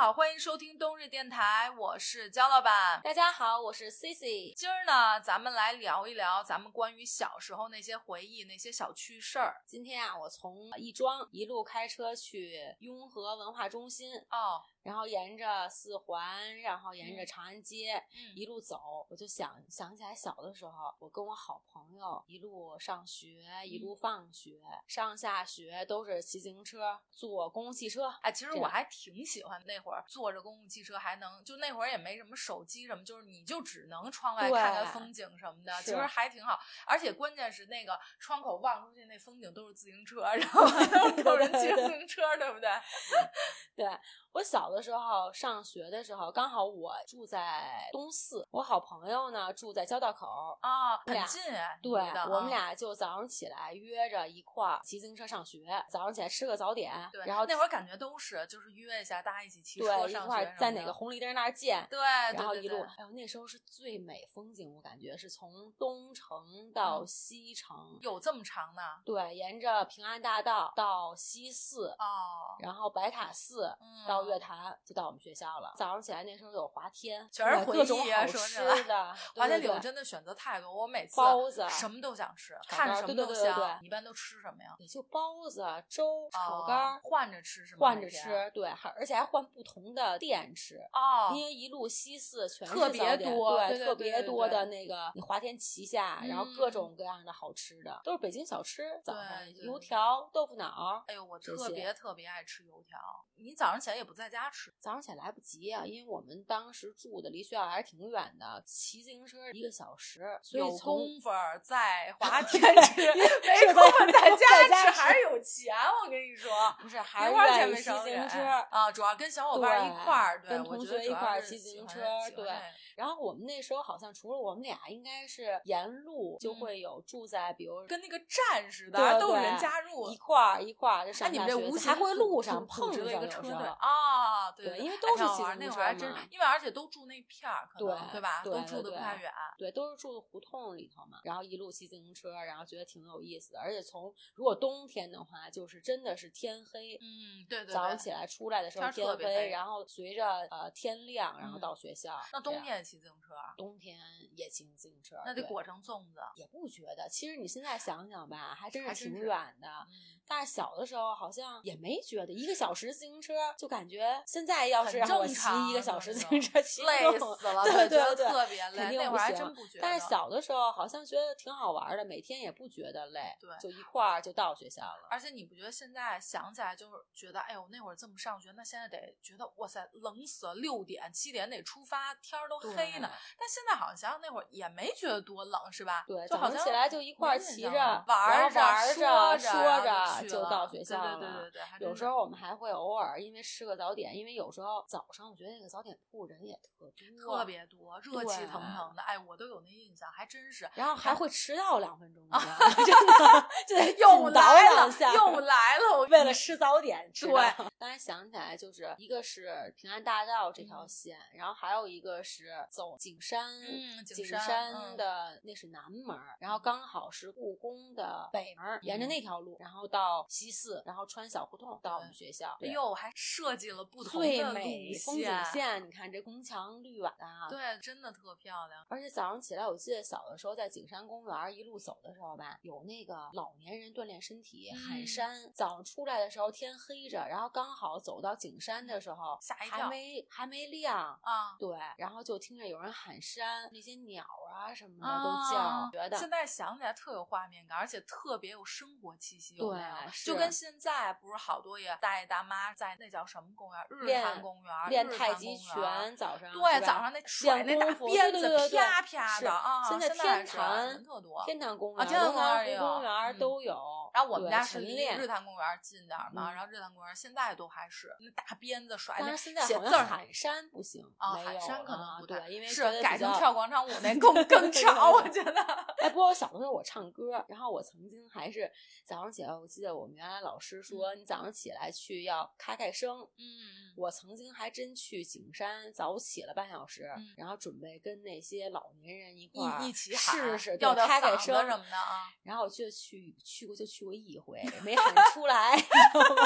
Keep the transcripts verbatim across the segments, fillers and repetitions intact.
好，欢迎收听冬日电台，我是焦老板。 大家好，我是 C C。 今儿呢咱们来聊一聊咱们关于小时候那些回忆，那些小趣事儿。 今天啊，我从亦庄一路开车去雍和文化中心哦， 然后沿着四环，然后沿着长安街、 嗯、 一路走，我就想想起来小的时候，我跟我好朋友一路上学、嗯、一路放学，上下学都是骑自行车，坐公共汽车。 哎，其实我还挺喜欢那会儿坐着公共汽车，还能就那会儿也没什么手机什么，就是你就只能窗外看看风景什么的，其实还挺好。而且关键是那个窗口望出去那风景都是自行车，然后都有人骑着自行车，对不对？ 对，我小的时候上学的时候，刚好我住在东四，我好朋友呢住在交道口啊、哦，很近哎。 对，我们俩就早上起来约着一块儿骑自行车上学，早上起来吃个早点， 对， 然后那会儿感觉都是就是约一下，大家一起骑车上学， 对，一块在哪个红绿灯那儿见， 对， 然后一路， 对对对， 哎呦，那时候是最美风景，我感觉是从东城到西城， 嗯、有这么长呢？ 对，沿着平安大道到西四， 哦， 然后白塔寺、 嗯、 到月坛，就到我们学校了。早上起来那时候有滑天， 全是回忆啊， 各种好吃的。 滑天里我真的选择太多，我每次包子什么都想吃，看什么都香。 对对对对对， 你一般都吃什么呀？ 也就包子、粥、炒肝、 哦，换着吃是吗？ 换着吃，对，还而且还换不同的店吃哦， 因为一路西四全是特别多， 对， 对对对对对， 特别多的那个你滑天旗下， 嗯、 然后各种各样的好吃的，都是北京小吃。早上对对对油条、豆腐脑， 哎呦，我特别特别爱吃油条。你早上起来也不在家吃？ 早上起来来不及啊，因为我们当时住的离学校还是挺远的，骑自行车一个小时，所以有从功夫在滑天吃，没功夫在家吃，还是有钱。我跟你说， 不是，还是愿意骑自行车啊，主要跟小伙伴一块儿， 跟同学一块儿骑自行车，对。然后我们那时候好像除了我们俩，应该是沿路就会有住在，比如跟那个站似的， 对都有人加入， 一块儿一块儿就上下学。哎，你们这无形还会路上碰着一个车队啊， 对对，因为都是骑自行车那会儿还真，因为而且都住那片儿，可能对对吧？ 对都住的不太远， 对，都是住胡同里头嘛。然后一路骑自行车，然后觉得挺有意思的。而且从如果冬天的话，就是真的是天黑， 嗯，对对对， 早上起来出来的时候天黑， 黑然后随着呃天亮，然后到学校。 嗯、那冬天骑自行车？ 冬天也骑自行车， 那得裹成粽子。 也不觉得，其实你现在想想吧，还真是挺是远的。 嗯、 但是小的时候好像也没觉得，一个小时自行车就感觉现在要是让我骑一个小时自行车，骑累死了， 对对对， 特别累， 肯定那会儿还真不觉得。 但是小的时候好像觉得挺好玩的，每天也不觉得累， 对， 就一块儿就到学校了。 而且你不觉得现在想起来就是觉得，哎呦，那会儿这么上学，那现在得觉得哇塞，冷死了，六点七点得出发，天儿都黑呢。但现在好像想想那会儿也没觉得多冷，是吧？ 对， 就好像起来就一块儿骑着玩着玩着说着就到学校了。 对对对对， 有时候我们还会偶尔因为吃个早点，因为有时候早上我觉得那个早点铺人也特多， 特别多，热气腾腾的。哎，我都有那印象，还真是。 然后还会迟到两分钟，真的，就得又来了，又来来了， 为了吃早点。 对， 当然想起来就是一个是平安大道这条线， 嗯、 然后还有一个是走景山， 嗯， 景山的、嗯、那是南门，然后刚好是故宫的北门，嗯、沿着那条路，然后到西四，然后穿小胡同到我们学校。 哎呦，还设计了不同的最美风景线， 线，你看这宫墙绿瓦啊， 对，真的特漂亮。 而且早上起来，我记得小的时候在景山公园一路走的时候吧，有那个老年人锻炼身体、 嗯、 喊山。早上出来的时候天黑着，然后刚好走到景山的时候， 吓一跳， 还没还没亮啊。 对，然后就听着有人喊山，那些鸟啊什么的都叫， 啊、 觉得现在想起来特有画面感，而且特别有生活气息。 对， 就跟现在不是好多也大爷大妈在那叫什么公园？日坛公园， 练太极拳，早上对，早上那甩那大鞭子啪啪的啊。 现在天坛人特多， 天坛公园、 啊、天坛公园也有， 公园都有。 嗯、然后我们家是离日坛公园近点嘛， 嗯、 然后日坛公园现在都还是那大鞭子甩， 但是现在写字喊山不行啊， 没有喊山可能不对，因为是改成跳广场舞那更更吵，我觉得。 哎，不过我小的时候我唱歌，然后我曾经还是早上起来，我记得我们原来老师说， 嗯、 你早上起来去要开开声。 嗯， 我曾经还真去景山早起了半小时， 嗯、 然后准备跟那些老年人一块儿一起喊试试要开开声什么的啊。 然后我就去去过就去过一回，没喊出来，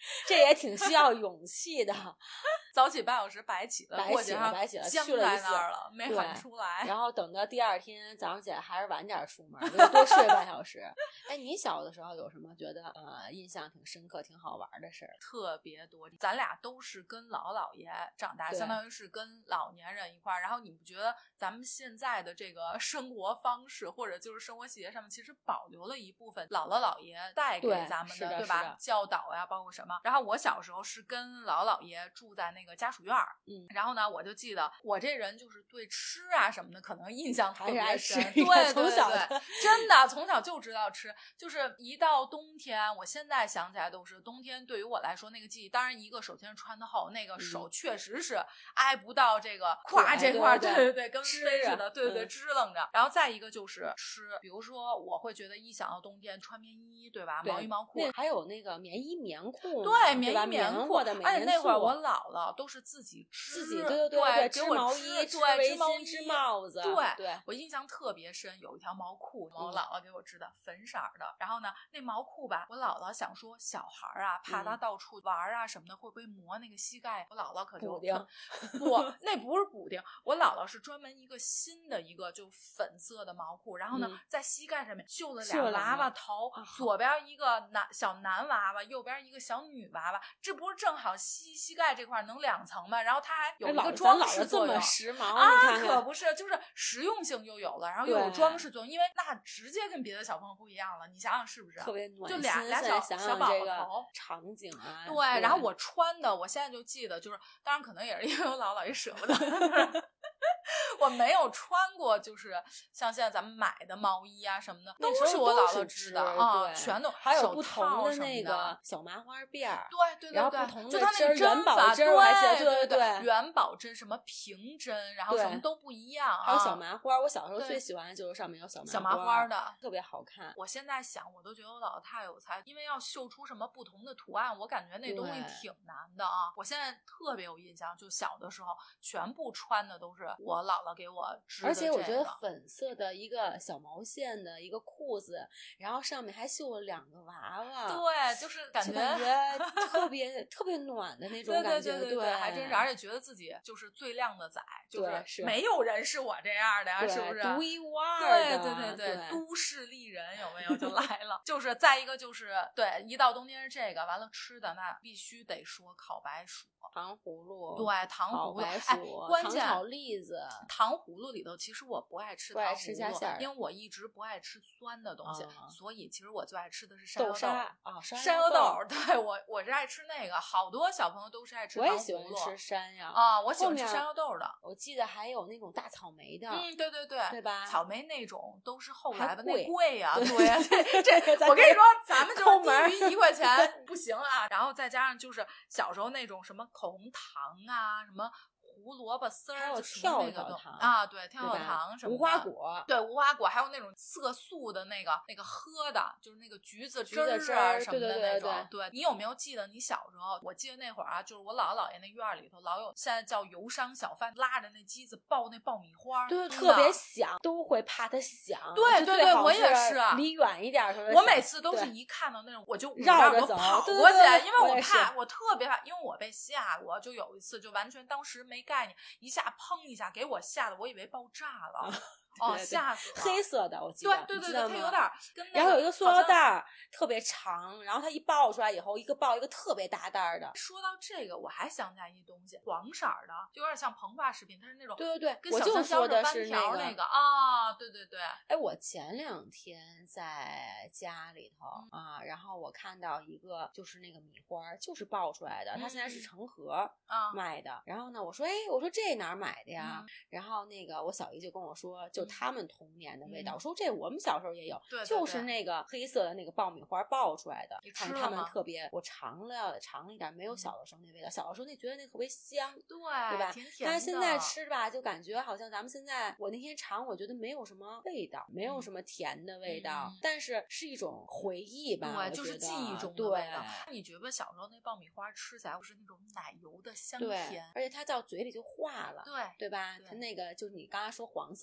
这也挺需要勇气的。 早起半小时白起了， 白起了，白起了， 僵在那儿了，没喊出来。 然后等到第二天早上起来还是晚点出门，就多睡半小时。哎，你小的时候有什么觉得呃印象挺深刻、挺好玩的事儿？ 特别多，咱俩都是跟老姥爷长大，相当于是跟老年人一块儿。然后你不觉得咱们现在的这个生活方式，或者就是生活细节上面，其实保留了一部分姥姥姥爷带给咱们的， 对, 对吧？教导呀，包括什么。然后我小时候是跟老姥爷住在那个家属院，嗯，然后呢，我就记得我这人就是对吃啊什么的，可能印象特别深。对对对，真的从小就知道吃。就是一到冬天，我现在想起来都是冬天，对于我来说那个记忆，当然一个手先是穿的厚，那个手确实是挨不到这个胯这块，对对对，跟飞似的，对对对，支棱着。然后再一个就是吃，比如说我会觉得一想到冬天穿棉衣，对吧？毛衣毛裤， 还有那个棉衣棉裤， 对，棉衣棉裤的， 而且那会儿我姥姥都是自己织， 自己对对对， 织毛衣、 织围巾、 织帽子， 对对， 我印象特别深，有一条毛裤，我姥姥给我织的，粉色的。然后呢，那毛裤吧，我姥姥想说小孩啊，怕他到处玩啊什么的，会不会磨那个膝盖？我姥姥可就补丁， 不，那不是补丁，我姥姥是专门一个新的一个就粉色的毛裤，然后呢， 嗯、 在膝盖上面绣了俩娃娃头，啊、左边一个男小男娃娃，右边一个小女娃娃，这不是正好膝膝盖这块能两层吗？然后它还有一个装饰作用， 这么时髦啊， 看看可不是，就是实用性又有了，然后又有装饰作用，因为那直接跟别的小朋友不一样了，你想想是不是？ 特别暖心，就俩俩小想想小宝宝头场景啊， 对，对然后我穿的，我现在就记得，就是当然可能也是因为我姥姥也舍不得。我没有穿过，就是像现在咱们买的毛衣啊什么的， 都是我姥姥织的啊，全都还有不同的那个小麻花辫儿， 对对对对， 然后不同的就它那元宝针， 对对对对，元宝针什么平针，然后什么都不一样啊。 还有小麻花，我小时候最喜欢的就是上面有小麻小麻花的， 特别好看。 我现在想，我都觉得我姥姥太有才，因为要绣出什么不同的图案，我感觉那东西挺难的啊。我现在特别有印象，就小的时候全部穿的都是我姥姥给我织的、这个， 而且我觉得粉色的一个小毛线的一个裤子，然后上面还绣了两个娃娃， 对，就是感觉感觉特别特别暖的那种感觉， 对对对 对, 对, 对，还真是，而且觉得自己就是最靓的仔， 就是没有人是我这样的呀，是不是？ 独一无二的， 对对对对，都市丽人有没有就来了？就是再一个就是对，一到冬天是这个，完了吃的那必须得说烤白薯。 糖葫芦， 对，糖葫芦， 哎， 关键糖炒栗子， 糖葫芦里头，其实我不爱吃糖葫芦， 不爱吃加馅儿， 因为我一直不爱吃酸的东西， 嗯、 所以其实我最爱吃的是山药豆啊， 山药豆，对我我是爱吃那个，好多小朋友都是爱吃糖葫芦， 我也喜欢吃山药啊，我喜欢吃山药豆的。 我记得还有那种大草莓的， 嗯，对对对， 对吧？ 草莓那种都是后来的， 那贵呀、啊，对呀、啊，这这我跟你说，咱们就是低于一块钱不行啊。然后再加上就是小时候那种什么口红糖啊，什么胡萝卜丝儿， 还有跳跳糖啊，对，跳跳糖什么的， 无花果， 对，无花果，还有那种色素的那个那个喝的，就是那个橘子汁儿啊什么的那种。 对对对对，你有没有记得你小时候？我记得那会儿啊，就是我姥姥姥爷那院里头老有现在叫油商小贩拉着那机子爆那爆米花， 对，特别响，都会怕它响。 对对对，我也是， 离远一点我每次都是一看到那种我就绕着走跑过去，因为我怕，我特别怕，因为我被吓过，就有一次就完全当时没概念，一下砰一下给我吓得我以为爆炸了。哦，吓死了！ 黑色的，我记得。 对对对对，它有点跟那个。 然后有一个塑料袋特别长，然后它一爆出来以后，一个爆一个特别大袋的。 说到这个，我还想起来一东西，黄色的，就有点像膨化食品，它是那种对对对， 跟小香蕉的是那个那个啊，对对对。 哎，我前两天在家里头、嗯、啊，然后我看到一个就是那个米花，就是爆出来的，嗯、它现在是成盒卖的。嗯、然后呢，我说，哎，我说这哪儿买的呀？嗯、然后那个我小姨就跟我说，就他们童年的味道。 嗯、 我说这我们小时候也有， 对对对， 就是那个黑色的那个爆米花爆出来的。 你吃了吗？ 他们特别，我尝了尝了一点，没有小的时候那味道。嗯、小的时候那觉得那特别香， 对对吧？ 甜甜的。 但是现在吃吧，就感觉好像咱们现在，我那天尝，我觉得没有什么味道，没有什么甜的味道， 嗯、 但是是一种回忆吧， 对，就是记忆中的味道。你觉得小时候那爆米花吃起来不是那种奶油的香甜， 而且它到嘴里就化了， 对对吧？ 对它那个就是你刚才说黄色的那种， 嗯、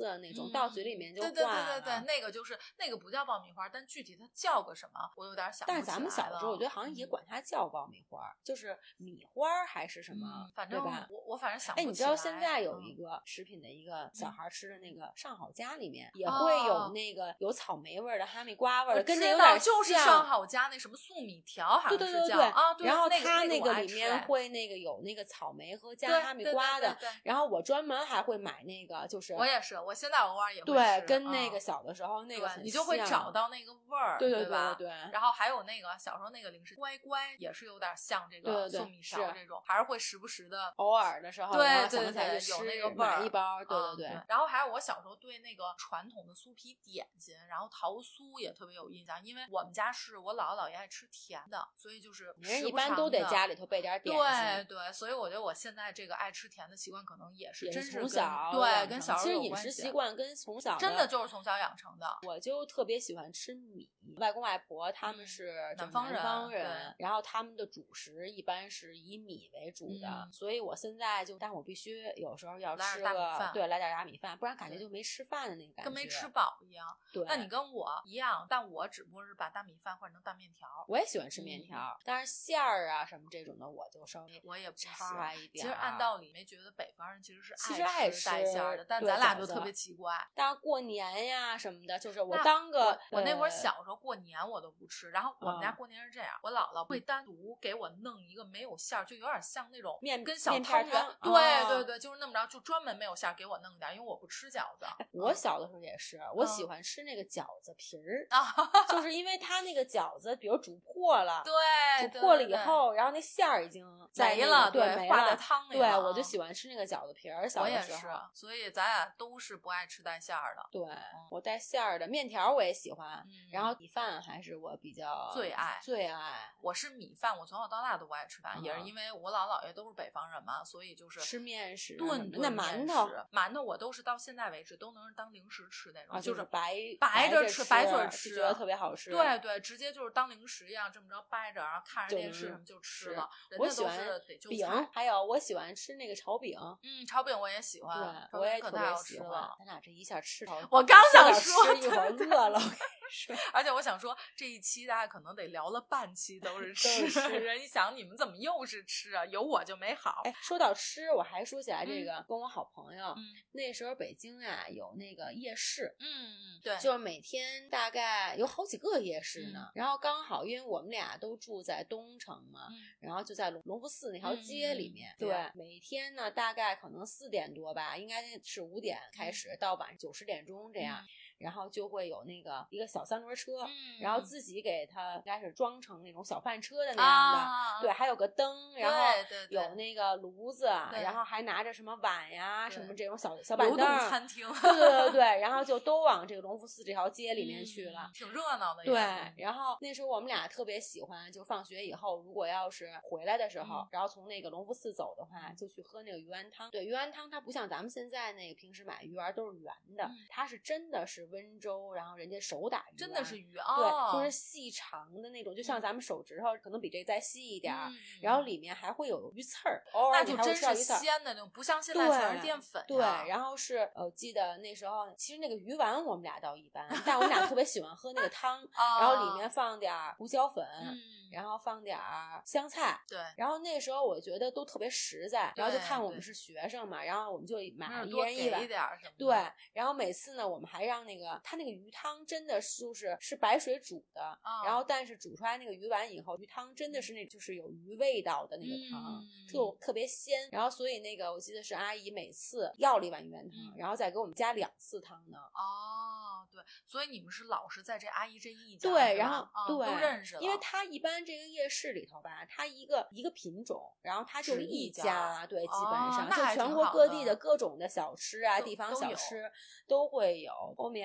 到嘴里面就化了。 对对对对对，那个就是那个不叫爆米花，但具体它叫个什么，我有点想不起来了。 但是咱们小的时候，我觉得好像也管它叫爆米花，嗯、就是米花还是什么， 嗯、反正对吧？ 我我反正想不起来。 哎，你知道现在有一个食品的一个小孩吃的那个上好佳里面、嗯、也会有那个有草莓味的、哈密瓜味的，跟那有点像， 就是上好佳那什么素米条，好像是叫对对对对啊。对， 然后它那个里面会那个有那个草莓和加哈密瓜的， 对对对对对， 然后我专门还会买那个，就是我也是，我现在偶尔也会吃， 对，跟那个小的时候、嗯、那个很像， 你就会找到那个味儿， 对对对吧？ 对对。 然后还有那个小时候那个零食乖乖，也是有点像这个素米条这种，还是会时不时的偶尔的时候， 对对对对， 有那个味儿， 买一包，对对对、 嗯。然后还有我小时候对那个传统的酥皮点心，然后桃酥也特别有印象，因为我们家是我姥姥姥爷爱吃甜的，所以就是人一般都得家里头备点点心。 对对，所以我觉得我现在这个爱吃甜的习惯可能也是真是从小对跟小时候有关系。其实饮食习惯跟从小真的就是从小养成的。 我就特别喜欢吃米，外公外婆他们是南方人， 南方人，然后他们的主食一般是以米为主的，嗯、所以我现在就，但我必须有时候要吃个对来点大米饭，不然感觉就没吃饭的那个感觉， 跟没吃饱一样。 对， 那你跟我一样，但我只不过是把大米饭换成大面条。 我也喜欢吃面条，嗯、但是馅儿啊什么这种的我就稍微我也不差一点。 其实按道理没觉得北方人其实是其实爱吃带馅儿的，但咱俩就特别奇怪。 但是过年呀什么的，就是我当个我, 我那会儿小时候过年我都不吃，然后我们家过年是这样，嗯、我姥姥会单独给我弄一个没有馅儿，就有点像那种面跟小汤圆，对、哦、对对，就是那么着，就专门没有馅儿给我弄点，因为我不吃饺子。 哎、我小的时候也是，嗯、我喜欢吃那个饺子皮儿，嗯、就是因为它那个饺子，比如煮破了， 对， 煮破了以后， 对对对， 然后那馅儿已经在、那个、 没了， 对，没化在汤里了。 对， 我就喜欢吃那个饺子皮儿。小我也的时候， 是，所以咱俩都是不爱吃带馅儿的。 对，嗯、我带馅儿的面条我也喜欢， 嗯、 然后米饭还是我比较最爱最爱。 我是米饭，我从小到大都不爱吃饭，嗯、也是因为我姥姥爷都是北方人嘛，所以就是吃面食， 顿顿那馒头， 馒头我都是到现在为止都能当零食吃那种， 啊、 就是白白着吃，白嘴吃，觉得特别好吃。 对对，直接就是当零食一样，这么着掰着，然后看着电视什么就吃了。 我喜欢饼，还有我喜欢吃那个炒饼。 嗯，炒饼我也喜欢， 对，我也特别喜欢。咱俩这一下吃头， 我刚想说， 一会儿饿了。 而且我想说，这一期大家可能得聊了半期都是吃，人一想你们怎么又是吃啊？有我就没好。 哎，说到吃，我还说起来这个，嗯、跟我好朋友， 嗯、 那时候北京啊有那个夜市， 嗯嗯，对， 就是每天大概有好几个夜市呢。 嗯、 然后刚好因为我们俩都住在东城嘛， 嗯、 然后就在隆福寺那条街里面， 嗯、 对，对每天呢大概可能四点多吧，应该是五点开始，嗯、到晚上九十点钟这样。 嗯然后就会有那个一个小三轮车， 嗯、 然后自己给它应该是装成那种小饭车的那样的， 啊、 对，还有个灯，然后有那个炉子， 对然后还拿着什么碗呀什么这种小小板凳， 餐厅， 对对对对，然后就都往这个隆福寺这条街里面去了， 嗯、挺热闹的。 对，然后那时候我们俩特别喜欢，就放学以后，如果要是回来的时候， 嗯、 然后从那个隆福寺走的话，就去喝那个鱼丸汤。对，鱼丸汤它不像咱们现在那个平时买鱼丸都是圆的， 嗯、 它是真的是温州，然后人家手打鱼丸， 真的是鱼啊，对， 哦、 就是细长的那种，就像咱们手指头，可能比这再细一点， 嗯、 然后里面还会有鱼刺儿，偶尔那就真是鲜的那种，不像现在全是淀粉。 对，然后是呃，记得那时候其实那个鱼丸我们俩倒一般，但我们俩特别喜欢喝那个汤，然后里面放点胡椒粉。 嗯然后放点香菜， 对， 然后那时候我觉得都特别实在，然后就看我们是学生嘛，然后我们就买一人一碗，对，然后每次呢，我们还让那个他那个鱼汤真的就是是白水煮的， 哦、 然后但是煮出来那个鱼丸以后，鱼汤真的是那就是有鱼味道的那个汤， 嗯、 特特别鲜，然后所以那个我记得是阿姨每次要了一碗鱼丸汤， 嗯、 然后再给我们加两次汤呢。 哦，对，所以你们是老是在这阿姨这一家， 对，然后、 嗯、 对都认识了， 因为他一般这个夜市里头吧，它一个一个品种，然后它就是一家，对，基本上、 哦、 就全国各地的各种的小吃啊，地方小吃都会有。后面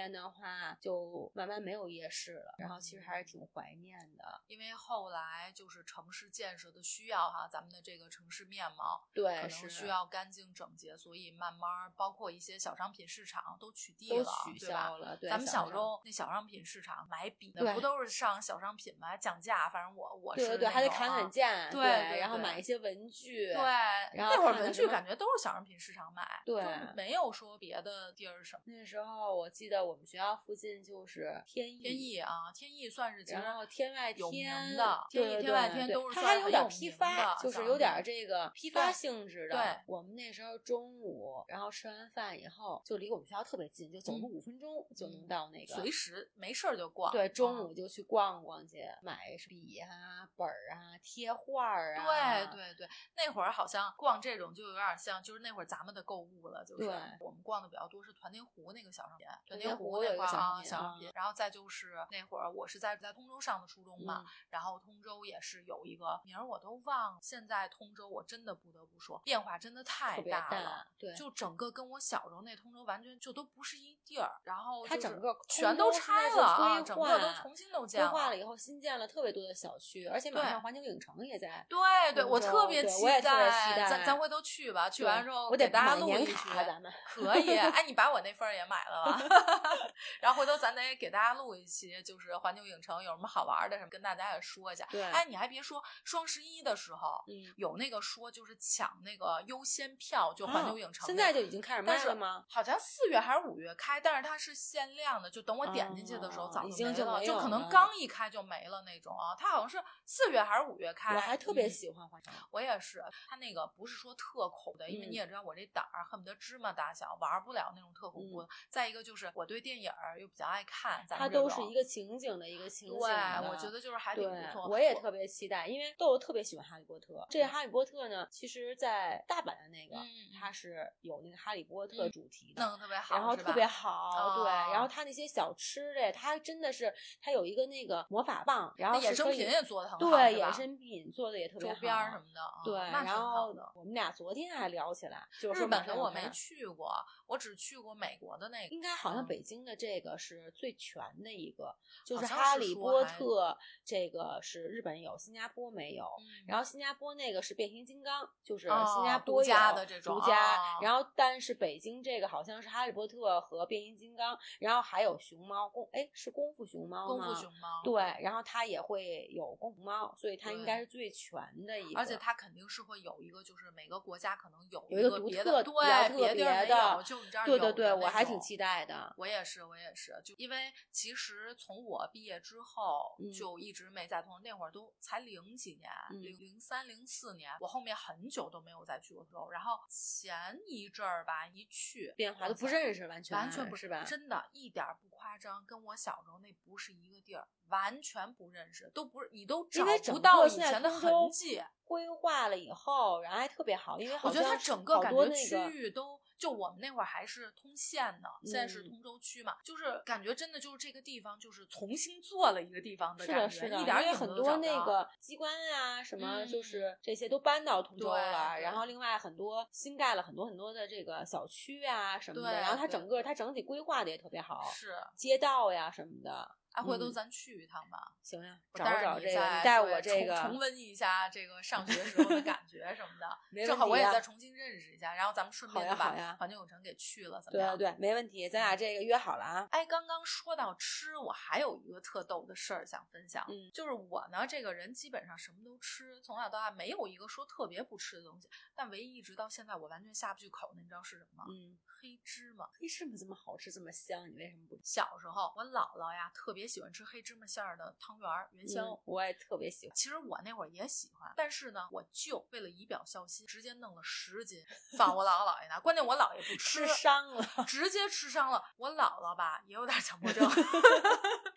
边的话就慢慢没有夜市了，然后其实还是挺怀念的。 因为后来就是城市建设的需要哈，咱们的这个城市面貌对可能需要干净整洁，所以慢慢包括一些小商品市场都取缔了， 都取消了。 对吧？咱们小时候那小商品市场买笔的不都是上小商品吗？讲价，反正我我是对对，还得砍砍价， 对， 对，然后买一些文具， 对， 然后那会儿文具感觉都是小商品市场买， 对， 没有说别的地儿什么。 那时候我记得我们学校附近就是天意， 天意啊，天意算是然后天外天有名的， 天意天外天都是它还有点批发， 就是有点这个批发性质的。对，我们那时候中午，然后吃完饭以后，就离我们学校特别近，就走路五分钟就能到那个， 随时没事儿就逛。 对，中午就去逛逛去，买笔啊、本儿啊、贴画啊。 对对对，那会儿好像逛这种就有点像，就是那会儿咱们的购物了，就是我们逛的比较多是团结湖那个小商品，团结湖那块啊小商品，然后再就是那会儿我是在在通州上的初中嘛， 嗯、 然后通州也是有一个名儿我都忘了，现在通州我真的不得不说变化真的太大了， 对， 就整个跟我小时候那通州完全就都不是一地儿，然后它整个全都拆了啊，整个都重新都建了， 规划了以后新建了特别多的小区，而且马上环球影城也在， 对对，我特别期待，咱咱回头去吧，去完之后我得大家录一曲，咱们可以，哎，你把我那份也买了吧，然后回头咱得给大家录一期，就是环球影城有什么好玩的什么，跟大家也说一下。 对， 哎，你还别说，双十一的时候， 嗯， 有那个说就是抢那个优先票，就环球影城、 哦，现在就已经开始卖了吗？ 好像四月还是五月开，但是它是限量的，就等我点进去的时候， 哦、 早就已经没了， 就可能刚一开就没了那种啊。它好像是四月还是五月开， 我还特别喜欢环球、 嗯，我也是。它那个不是说特恐怖的，因为你也知道我这胆儿恨不得芝麻大小，玩不了那种特恐怖的。 嗯、 再一个就是我对电影又比较爱看，咱它都是一个情景的一个情景的， 对，我觉得就是还挺不错。 我也特别期待，因为豆豆特别喜欢哈利波特。这个哈利波特呢，其实在大阪的那个， 嗯、 它是有那个哈利波特主题的， 弄得特别好， 然后特别好， 哦、 对。然后它那些小吃的，它真的是它有一个那个魔法棒，然后衍生品也做的很好， 对，衍生品做的也特别好， 周边什么的， 对。 哦、 然后我们俩昨天还聊起来，就是日本的我没去过，我只去过美国的那个， 应该好像北京的这个是最全的一个，就是哈利波特这个是日本有，新加坡没有。 嗯、 然后新加坡那个是变形金刚，就是新加坡有、 哦、独家的这种独家。 哦、 然后但是北京这个好像是哈利波特和变形金刚，然后还有熊猫功，哎，是功夫熊猫吗？ 功夫熊猫。 对，然后它也会有功夫猫，所以它应该是最全的一个。 而且它肯定是会有一个，就是每个国家可能有有一个独特、 对比较特别的， 就你这儿对对对，我还挺期待的。 我也是，我也是，就因为其实从我毕业之后、 嗯、 就一直没在通，那会儿都才零几年，零零三零四年，我后面很久都没有再去过州。然后前一阵儿吧，一去变化都不认识，完全完全不是吧？ 真的，一点不夸张，跟我小时候那不是一个地儿，完全不认识，都不是你都找不到以前的痕迹。 规划了以后，然后还特别好，因为好我觉得它整个感觉区域都。就我们那会儿还是通县呢，现在是通州区嘛、嗯，就是感觉真的就是这个地方就是重新做了一个地方的感觉， 是的，是的， 一点因为很多那个机关啊什么，就是这些都搬到通州了、 嗯， 然后另外很多新盖了很多很多的这个小区啊什么的，然后它整个它整体规划的也特别好， 是街道呀什么的。 哎，回头咱去一趟吧。 嗯、行呀， 找找这个， 你带我这个重温一下这个上学时候的感觉什么的。 没问题、啊， 正好我也再重新认识一下，然后咱们顺便就把环球影城给去了，怎么样？ 对对，没问题，咱俩这个约好了啊。 哎，刚刚说到吃，我还有一个特逗的事儿想分享， 嗯， 就是我呢这个人基本上什么都吃，从小到大没有一个说特别不吃的东西，但唯一一直到现在我完全下不去口的，你知道是什么吗？ 嗯， 黑芝麻。 黑芝麻这么好吃这么香，你为什么不？ 小时候我姥姥呀特别喜欢吃黑芝麻馅儿的汤圆元宵、 嗯，我也特别喜欢。 其实我那会儿也喜欢，但是呢，我舅为了以表孝心，直接弄了十斤放我姥姥姥爷那。关键我姥爷不吃， 吃伤了， 直接吃伤了。我姥姥吧也有点强迫症，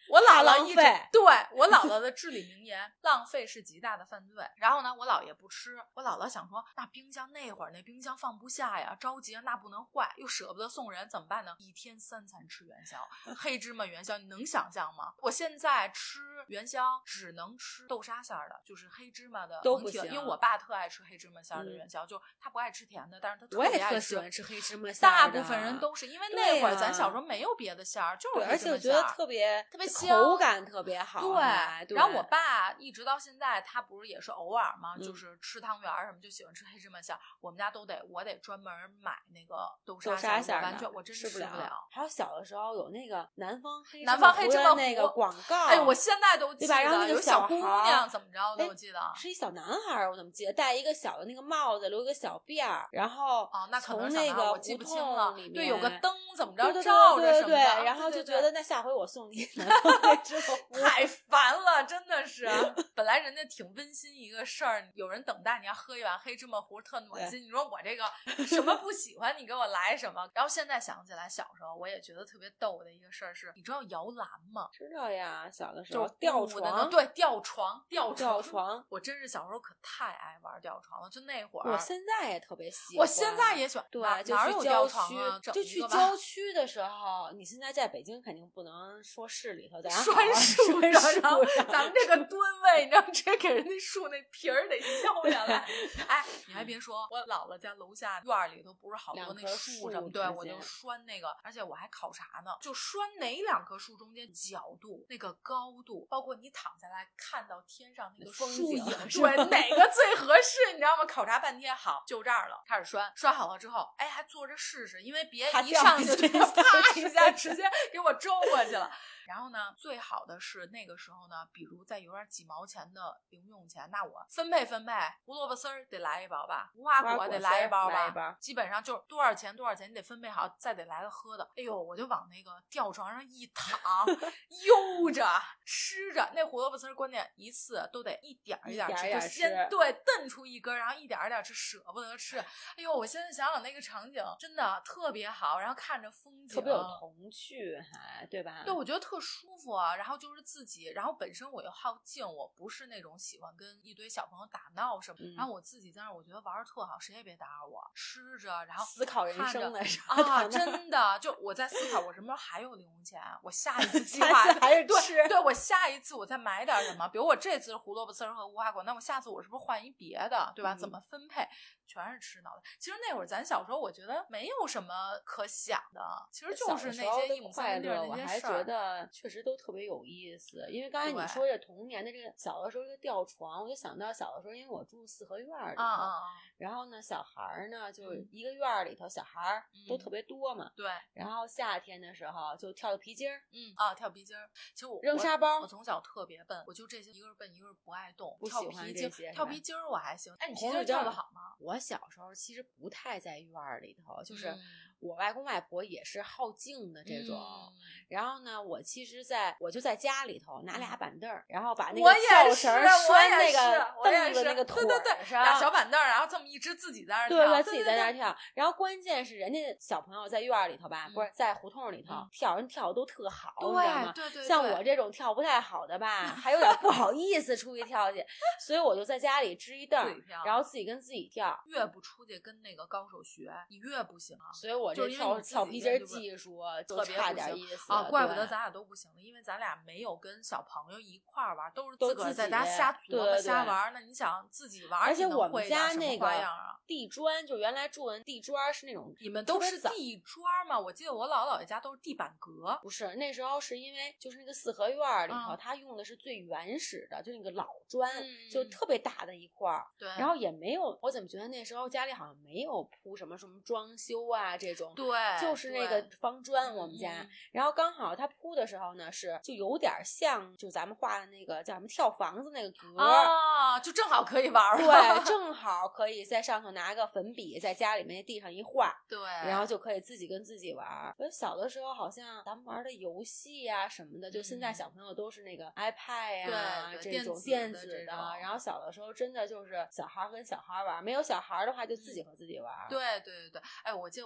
我姥姥一直对我姥姥的至理名言，浪费是极大的犯罪。然后呢，我姥爷不吃，我姥姥想说，那冰箱那会儿那冰箱放不下呀，着急那不能坏，又舍不得送人，怎么办呢？一天三餐吃元宵，黑芝麻元宵，你能想象吗？我现在吃元宵只能吃豆沙馅的，就是黑芝麻的， 都不行， 因为我爸特爱吃黑芝麻馅的元宵，嗯、就他不爱吃甜的，但是他特别爱吃。 我也特喜欢吃黑芝麻馅， 大部分人都是因为那会儿咱小时候没有别的馅儿，就是黑芝麻馅，而且我觉得特别特别香， 口感特别好。 对， 对然后我爸一直到现在，他不是也是偶尔嘛， 嗯、 就是吃汤圆什么就喜欢吃黑芝麻馅，我们家都得我得专门买那个豆沙馅， 馅完全我真吃不了。 还有小的时候有那个南方黑南方黑芝麻那个广告， 哎，我现在都记得， 然后那个有小姑娘怎么着的，我记得是一小男孩，我怎么记得戴一个小的那个帽子，留一个小辫儿，然后哦，那可能从那个我记不清了， 里面对，有个灯怎么着对对对照着什么的， 对对对然后就觉得那下回我送你南方黑芝麻糊， 太烦了，真的是。本来人家挺温馨一个事儿，有人等待你要喝一碗黑芝麻糊，特暖心。你说我这个什么不喜欢，你给我来什么？然后现在想起来，小时候我也觉得特别逗的一个事儿是，你知道摇篮吗？ 知道呀，小的时候就是吊床， 对，吊床，吊吊床。 我真是小时候可太爱玩吊床了，就那会儿。我现在也特别喜欢， 我现在也喜欢。 对， 哪有吊床啊？ 就去郊区的时候，你现在在北京肯定不能说市里头，咱拴树上，然后咱们这个吨位，你知道，直接给人家树那皮儿得削下来。哎，你还别说，我姥姥家楼下院里头不是好多那树什么，对，我就拴那个，而且我还考察呢，就拴哪两棵树中间角度、那个高度，包括你躺下来看到天上那个树影，对，哪个最合适，你知道吗？考察半天，好，就这儿了，开始拴，拴好了之后，哎，还坐着试试，因为别一上去就啪一下直接给我周过去了。然后呢，最好的是那个时候呢，比如再有点几毛钱的零用钱，那我分配分配，胡萝卜丝儿得来一包吧，无花果得来一包吧，基本上就是多少钱多少钱你得分配好，再得来个喝的。哎呦，我就往那个吊床上一躺，悠着吃着那胡萝卜丝儿，关键一次都得一点一点吃， 一点一点就先对瞪出一根，然后一点一点吃，舍不得吃。哎呦，我现在想想那个场景真的特别好，然后看着风景特别有童趣，还对吧？ 对，我觉得特舒服啊。然后就是自己，然后本身我又好静，我不是那种喜欢跟一堆小朋友打闹什么， 嗯、 然后我自己在那儿，我觉得玩的特好，谁也别打扰我，吃着，然后思考人生的时候啊，真的，就我在思考我什么时候还有零用钱，我下一次计划还是吃， 对，对我下一次我再买点什么，比如我这次胡萝卜丝和无花果，那我下次我是不是换一别的，对吧？ 嗯、 怎么分配？全是吃脑袋。其实那会儿咱小时候，我觉得没有什么可想的，其实就是那些一亩三分地儿那些事儿。 我还觉得确实都特别有意思。因为刚才你说这童年的这个小的时候这个吊床，我就想到小的时候，因为我住四合院里头， 啊啊然后呢，小孩呢就一个院里头小孩都特别多嘛， 嗯、对。 然后夏天的时候就跳个皮筋儿， 嗯啊，跳皮筋儿。其实我扔沙包， 我从小特别笨，我就这些一个是笨，一个是不爱动， 不喜欢这些。 跳皮筋儿我还行。哎，你皮筋儿跳得好吗？ 我小时候其实不太在院里头，就是我外公外婆也是好静的这种。 嗯、 然后呢，我其实在我就在家里头拿俩板凳，然后把那个跳绳拴那个凳子那个腿上， 对对对，俩小板凳，然后这么一直自己在那跳， 对对，自己在那跳。然后关键是人家小朋友在院里头吧， 嗯、 不是在胡同里头、嗯、跳，人跳的都特好， 对你知道吗？ 对对对， 像我这种跳不太好的吧，还有点不好意思出去跳去，所以我就在家里支一凳，然后自己跟自己跳。 越不出去跟那个高手学，你越不行啊。 所以我这跳跳皮筋技术就差点意思啊，怪不得咱俩都不行了，因为咱俩没有跟小朋友一块玩，都是自个儿在家瞎琢磨瞎玩。那你想自己玩， 而且我们家那个啊地砖，就原来住的地砖是那种， 你们都是地砖吗？我记得我姥姥姥爷家都是地板革。 不是，那时候是因为就是那个四合院里头， 嗯、 他用的是最原始的，就那个老砖， 嗯、 就特别大的一块儿。 对， 然后也没有，我怎么觉得那时候家里好像没有铺什么什么装修啊这种， 对， 就是那个方砖我们家。 嗯、 然后刚好他铺的时候呢，是就有点像就咱们画的那个叫什么跳房子那个格啊，就正好可以玩。 对，正好可以在上头拿个粉笔在家里面地上一画， 对， 然后就可以自己跟自己玩。我小的时候好像咱们玩的游戏呀、啊、什么的，就现在小朋友都是那个 iPad 呀、啊、这种电子的，然后小的时候真的就是小孩跟小孩玩，没有小孩的话就自己和自己玩。 对对对对，哎，我记得我小时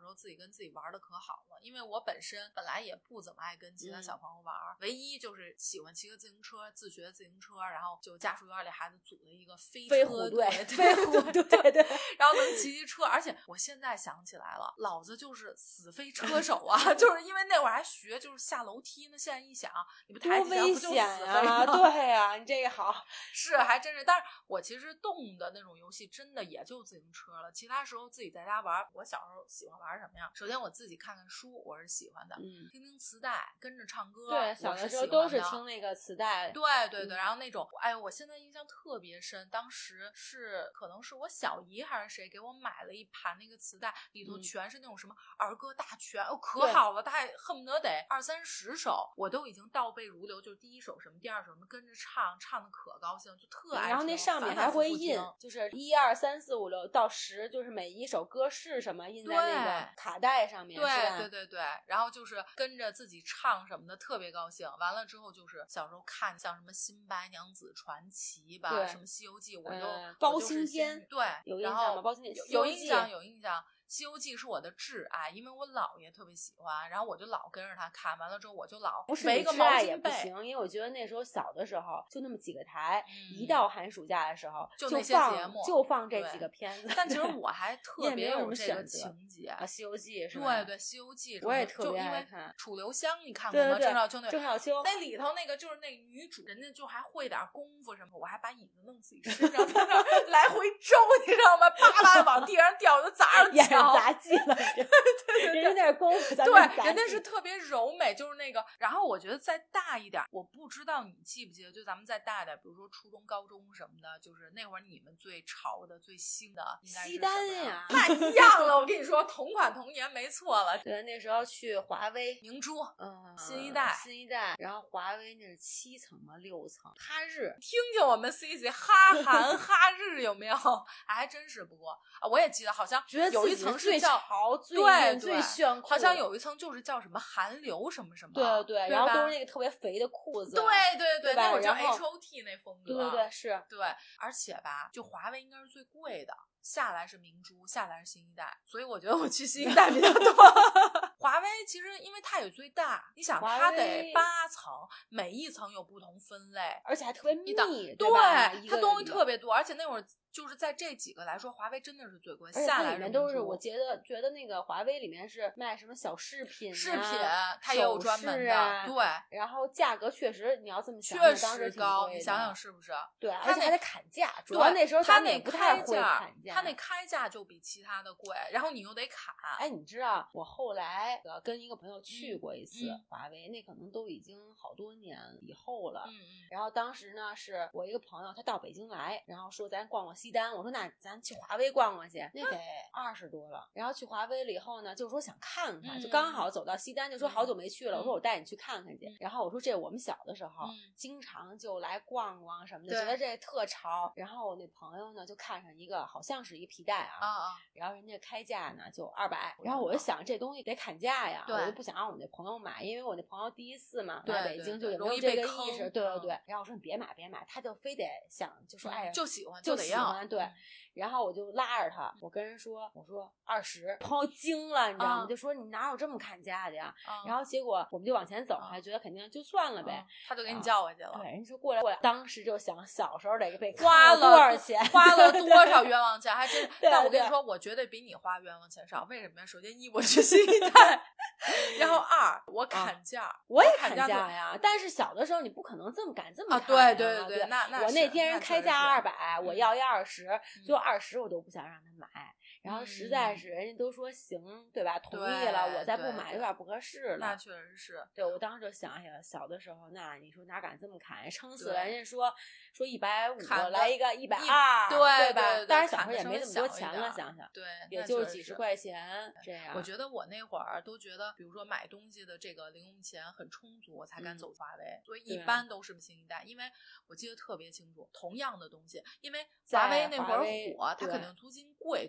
候自己跟自己玩的可好了，因为我本身本来也不怎么爱跟其他小朋友玩、嗯、唯一就是喜欢骑个自行车，自学自行车，然后就家属院里孩子组了一个飞飞车队， 飞虎队，对对， 然后能骑骑车，而且我现在想起来了，老子就是死飞车手啊，就是因为那会儿还学就是下楼梯呢，现在一想你不抬起来不就死飞啊？对呀、啊，你这个好是还真是，但是我其实动的那种游戏真的也就自行车了，其他时候自己在家玩。我小时候喜欢玩什么呀？首先我自己看看书，我是喜欢的， 嗯， 听听磁带，跟着唱歌。 对，小的时候都是听那个磁带。 对对对、嗯，然后那种，哎，我现在印象特别深，当时是可能是我小姨还是谁给我买了一盘那个磁带，里头全是那种什么儿歌大全，哦，可好了，大概恨不得得二三十首，我都已经倒背如流，就是第一首什么，第二首什么，跟着唱，唱的可高兴，就特爱听。 然后那上面还会印，就是一二三四五六到十，就是每一首歌是什么印在那个卡带上面。 对对对对，然后就是跟着自己唱什么的，特别高兴。完了之后就是小时候看像什么《新白娘子传奇》吧，什么《西游记》，我就、 呃、包青天， 对， 有印象吗？包青天有印象，有印象。西游记是我的挚爱，因为我姥爷特别喜欢，然后我就老跟着他看，完了之后我就老围个毛巾被。 也不行，因为我觉得那时候小的时候就那么几个台、嗯、一到寒暑假的时候就那些节目就放这几个片子。 但其实我还特别有这个情节啊，西游记是吧？ 对对，西游记我也特别爱看。 楚留香你看过吗？ 对对对， 郑少秋那郑少秋那里头那个就是那女主，人家就还会点功夫什么，我还把椅子弄自己身上，在那来回周，你知道吗？啪啦往地上掉，就砸上脚，杂技了。对对对，人家那功夫， 对，人家是特别柔美，就是那个。然后我觉得再大一点，我不知道你记不记得，就咱们再大一点，比如说初中、高中什么的，就是那会儿你们最潮的、最新的应该是西单呀， 那一样了。我跟你说，同款同年没错了。 对，那时候去华为、 明珠， 嗯， 新一代， 新一代，然后华为那是七层吗？六层，哈日， 听听我们 C C 哈韩哈日有没有？还真是，不过啊，我也记得好像有一层是叫。 最对最炫酷， 好像有一层就是叫什么韩流什么什么， 对对对， 然后都是那个特别肥的裤子， 对对对， 那会儿叫 H O T 那风格， 对对对，是， 对，而且吧，就华为应该是最贵的，下来是明珠，下来是新一代，所以我觉得我去新一代比较多。华为其实因为它也最大，你想它得八层，每一层有不同分类， 而且还特别密， 对， 对它东西特别多，而且那会儿。就是在这几个来说，华为真的是最贵，下来里面都是我觉得觉得那个华为里面是卖什么小饰品、啊、 饰品，它也有专门的， 啊、 对。 然后价格确实，你要这么想， 确实高，你想想是不是？ 对，而且还得砍价，主要那时候他那不太会砍价， 他那开价就比其他的贵，然后你又得砍。 哎，你知道我后来跟一个朋友去过一次、 嗯、 华为，那可能都已经好多年以后了。 嗯嗯。 然后当时呢，是我一个朋友，他到北京来，然后说咱逛逛西单，我说那。咱去华为逛逛去，那得二十多了。然后去华为了以后呢，就是说想看看， 嗯、 就刚好走到西单，就说好久没去了。 嗯、 我说我带你去看看去。 嗯、 然后我说这我们小的时候、 嗯、 经常就来逛逛什么的，觉得这特潮。然后我那朋友呢就看上一个，好像是一个皮带啊， 啊啊然后人家开价呢就二百。然后我就想这东西得砍价呀，我就不想让我那朋友买，因为我那朋友第一次嘛来北京就也没有这个意识，对对对。 嗯、 然后我说你别买别买，他就非得想就说、 嗯、 哎就喜欢就得要， 喜欢对。然后我就拉着他，我跟人说，我说二十，朋友惊了，你知道吗？ 啊、 就说你哪有这么砍价的呀？ 啊、 然后结果我们就往前走，还、啊、觉得肯定就算了呗。 啊、他就给你叫过去了。 对，人说过来过来，当时就想小时候得被花了多少钱， 花了多少冤枉钱，还真是。但我跟你说，我绝对比你花冤枉钱少。为什么呀？首先一，我去新一代，然后二，我砍价， 啊、我也砍价呀。但是小的时候你不可能这么敢这么啊！ 对对对对，那那我那天人开价二百，我要一二十， 嗯、 就二十我都不想让他买。然后实在是人家都说行，对吧？同意了，我再不买有点不合适了。 那确实是。 对，我当时就想起来，小的时候，那你说哪敢这么砍？撑死了，人家说说一百五，来一个一百二， 对吧？当然小时候也没那么多钱了，想想， 对， 也就是几十块钱这样。 我觉得我那会儿都觉得，比如说买东西的这个零用钱很充足，我才敢走华为。 嗯、 所以一般都是新一代，因为我记得特别清楚，同样的东西，因为华为那会儿火，它肯定租金贵，对不对？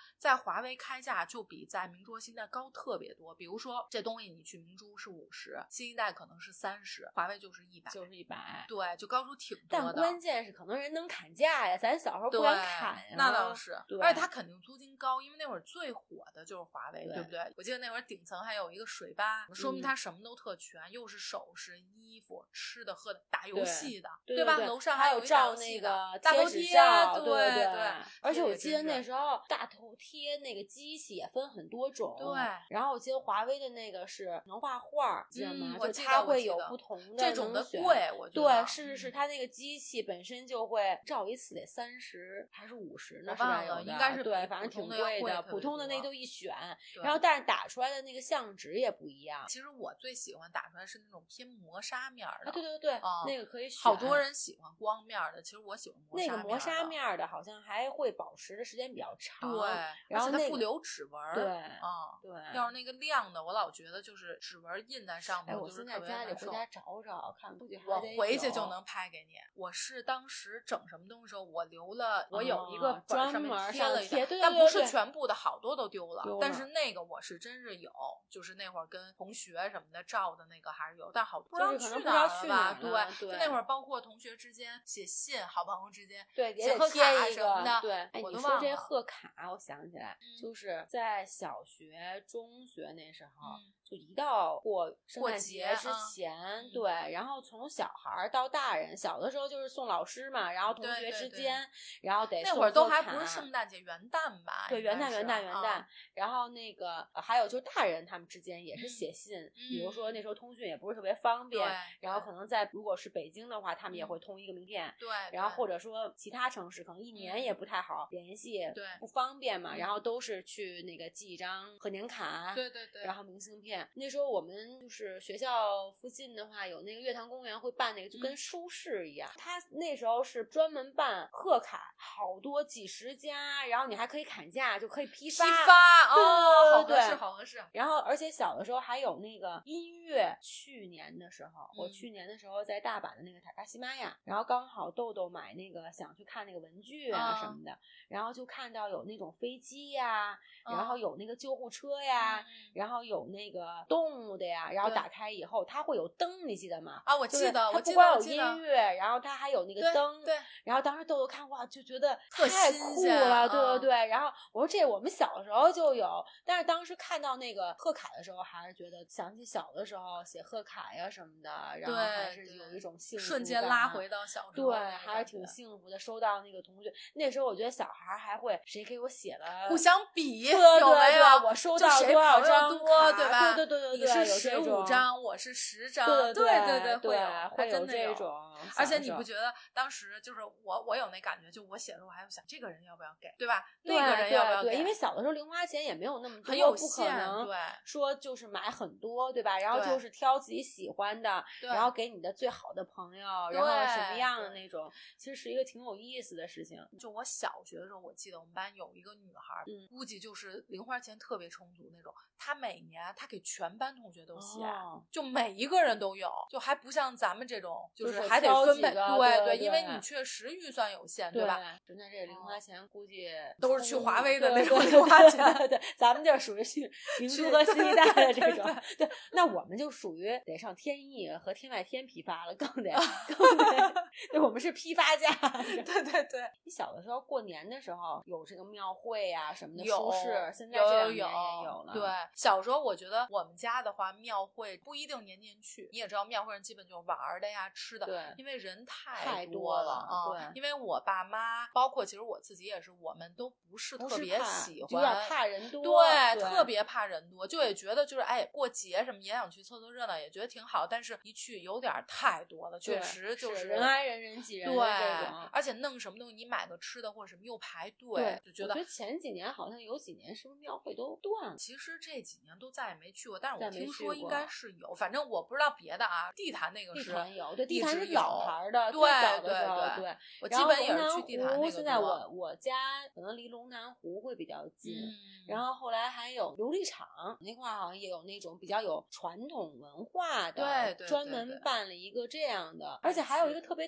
在华为开价就比在明珠、新一代高特别多。比如说这东西你去明珠是五十，新一代可能是三十，华为就是一百， 就是一百， 对，就高出挺多的。但关键是可能人能砍价呀，咱小时候不敢砍呀。 那倒是，而且它肯定租金高，因为那会儿最火的就是华为， 对, 对不对？我记得那会儿顶层还有一个水吧，说明它什么都特全，嗯、又是首饰、衣服、吃的、喝的、打游戏的， 对, 对吧？ 对楼上还有照那个大头贴， 对对对。 而且我记得那时候大头贴那个机器也分很多种， 对。 然后我记得华为的那个是能画画，记得吗？ 嗯、 就它会有不同的这种的贵，我觉得对，是是是， 嗯、 它那个机器本身就会照一次得三十还是五十呢？ 是吧？有的应该是对，反正挺贵的。 普通的那都一选，然后但是打出来的那个相纸也不一样。 其实我最喜欢打出来是那种偏磨砂面的， 啊、对对对， 嗯、 那个可以选。 好多人喜欢光面的，其实我喜欢磨砂面的。 那个磨砂面的好像还会保持的时间比较长， 对， 然后、那个、 它不留指纹。 对， 啊、嗯， 对。 要是那个亮的，我老觉得就是指纹印在上面， 哎，我现在家里回家找找看，估计还我回去就能拍给你。我是当时整什么东西的时候，我留了，我有一个本上面贴了一张， 但不是全部的，好多都丢了。但是那个我是真是有，就是那会儿跟同学什么的照的那个还是有，但好多不知道去哪儿了吧？ 对， 对，就那会儿包括同学之间写信，好朋友之间对写贺卡什么的。 对，哎， 我你说这贺卡，我想起来， 嗯、 就是在小学、中学那时候。 嗯就一到过圣诞节之前， 嗯、 对，然后从小孩到大人，小的时候就是送老师嘛，然后同学之间， 对对对然后得那会儿都还不是圣诞节，元旦吧？ 对，元旦元旦元旦、 啊。 然后那个、呃、还有就是大人他们之间也是写信， 嗯、 比如说那时候通讯也不是特别方便，然后可能在如果是北京的话，他们也会通一个名片， 对、嗯， 然后或者说其他城市可能一年也不太好联系， 对、 嗯，不方便嘛， 嗯、 然后都是去那个寄一张贺年卡， 对对对， 然后明信片。那时候我们就是学校附近的话，有那个月坛公园会办那个，就跟书市一样。嗯、他那时候是专门办贺卡，好多几十家，然后你还可以砍价，就可以批发。 批发哦，好合适，好合适。 然后，而且小的时候还有那个音乐。去年的时候， 嗯、 我去年的时候在大阪的那个塔卡西玛雅，然后刚好豆豆买那个想去看那个文具啊什么的， 嗯、 然后就看到有那种飞机呀， 嗯、 然后有那个救护车呀， 嗯、 然后有那个动物的呀，然后打开以后它会有灯，你记得吗？ 啊，我记得， 它不光有音乐，然后它还有那个灯， 对， 然后当时豆豆看哇，就觉得特太酷了，对对对。 嗯、 然后我说这我们小时候就有，但是当时看到那个贺卡的时候，还是觉得想起小的时候写贺卡呀什么的，然后还是有一种幸福感， 瞬间拉回到小时候， 对，还是挺幸福的。收到那个同学，那时候我觉得小孩还会谁给我写了， 互相比， 对对有没有？ 我收到多少张多，对吧？ 对对对对， 你是十五张，我是十张， 对对对对， 会有， 会有这种。 而且你不觉得当时就是我，我有那感觉，就我写的时候，我还要想这个人要不要给，对吧？那个人要不要给？ 对，因为小的时候零花钱也没有那么多， 很有不可能对， 说就是买很多，对吧？然后就是挑自己喜欢的，然后给你的最好的朋友，然后什么样的那种，其实是一个挺有意思的事情。 就我小学的时候，我记得我们班有一个女孩， 嗯， 估计就是零花钱特别充足那种，她每年她给全班同学都写， 哦、 就每一个人都有，就还不像咱们这种， 就是还得分配， 对对，因为你确实预算有限， 对吧？ 人家这零花钱估计都是去华为的那种零花钱， 对, 对, 对，咱们这属于去明珠和新一代的这种，对, 对，那我们就属于得上天翼和天外天批发了，更得更得，对，我们是批发价， 对对对。 你小的时候过年的时候有这个庙会啊什么的有书市，现在这两年也有了。 对，小时候我觉得我们家的话，庙会不一定年年去，你也知道，庙会上基本就是玩的呀、吃的， 对， 因为人太多了啊、 嗯。 对，因为我爸妈，包括其实我自己也是，我们都不是特别喜欢， 有点怕人多， 对， 对， 特别怕人多，就也觉得就是哎，过节什么也想去凑凑热闹，也觉得挺好，但是一去有点太多了，确实就是人挨人人挤人对这种， 而且弄什么东西，你买个吃的或者什么又排队， 对， 就觉得。 我觉得前几年好像有几年是不是庙会都断了？ 其实这几年都再也没去过，但是我听说应该是有，反正我不知道别的啊。地坛那个是地坛有，对， 地坛是老牌的， 对对对对。 我基本也是去地坛那个。 现在我我家可能离龙南湖会比较近， 嗯、 然后后来还有琉璃厂那块好像也有那种比较有传统文化的， 对对， 专门办了一个这样的，而且还有一个特别